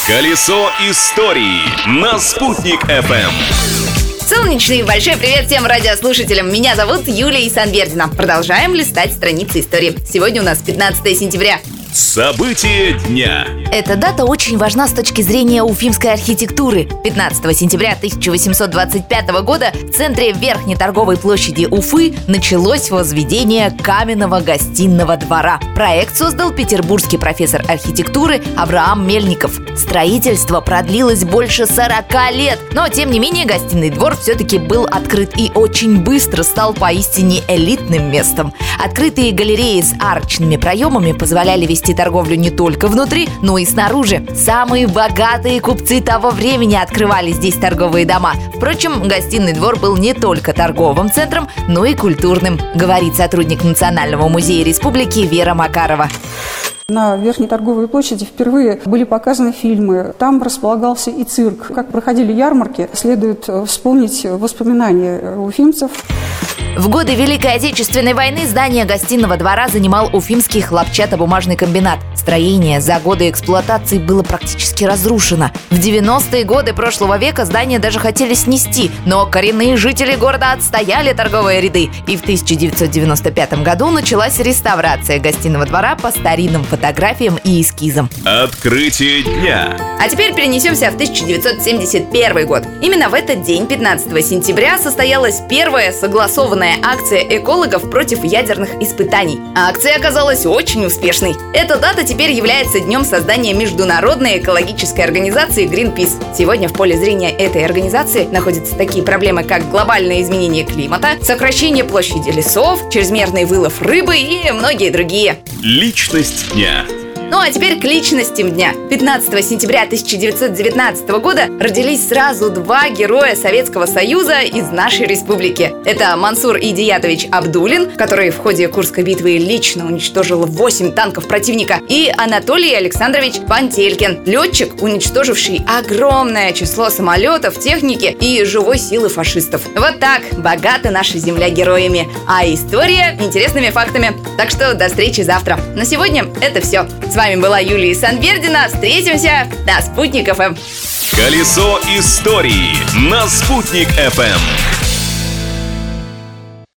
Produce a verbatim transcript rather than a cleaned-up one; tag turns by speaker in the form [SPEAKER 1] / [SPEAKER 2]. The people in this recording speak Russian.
[SPEAKER 1] Колесо истории на Спутник эф эм.
[SPEAKER 2] Солнечный большой привет всем радиослушателям. Меня зовут Юлия Санвердина. Продолжаем листать страницы истории. Сегодня у нас пятнадцатое сентября.
[SPEAKER 1] События дня.
[SPEAKER 2] Эта дата очень важна с точки зрения уфимской архитектуры. пятнадцатого сентября тысяча восемьсот двадцать пятого года в центре Верхней торговой площади Уфы началось возведение каменного гостиного двора. Проект создал петербургский профессор архитектуры Авраам Мельников. Строительство продлилось больше сорока лет, но тем не менее гостиный двор все-таки был открыт и очень быстро стал поистине элитным местом. Открытые галереи с арочными проемами позволяли вести торговлю не только внутри, но и снаружи. Самые богатые купцы того времени открывали здесь торговые дома. Впрочем, гостиный двор был не только торговым центром, но и культурным, говорит сотрудник Национального музея республики Вера Макарова.
[SPEAKER 3] На Верхней торговой площади впервые были показаны фильмы. Там располагался и цирк. Как проходили ярмарки, следует вспомнить воспоминания уфимцев.
[SPEAKER 2] В годы Великой Отечественной войны здание гостиного двора занимал Уфимский хлопчатобумажный комбинат. Строение за годы эксплуатации было практически разрушено. В девяностые годы прошлого века здание даже хотели снести, но коренные жители города отстояли торговые ряды. И в тысяча девятьсот девяносто пятом году началась реставрация гостиного двора по старинным фотографиям и эскизам.
[SPEAKER 1] Открытие дня.
[SPEAKER 2] А теперь перенесемся в тысяча девятьсот семьдесят первый год. Именно в этот день, пятнадцатого сентября, состоялась первая согласованная акция экологов против ядерных испытаний. Акция оказалась очень успешной. Эта дата теперь является днем создания международной экологической организации Greenpeace. Сегодня в поле зрения этой организации находятся такие проблемы, как глобальное изменение климата, сокращение площади лесов, чрезмерный вылов рыбы и многие другие.
[SPEAKER 1] Личность дня.
[SPEAKER 2] Ну а теперь к личностям дня. пятнадцатого сентября тысяча девятьсот девятнадцатого года родились сразу два героя Советского Союза из нашей республики. Это Мансур Идиятович Абдулин, который в ходе Курской битвы лично уничтожил восемь танков противника, и Анатолий Александрович Пантелькин, летчик, уничтоживший огромное число самолетов, техники и живой силы фашистов. Вот так богата наша земля героями, а история интересными фактами. Так что до встречи завтра. На сегодня это все. С вами была Юлия Санвердина. Встретимся на Спутник эф эм.
[SPEAKER 1] Колесо истории на Спутник эф эм.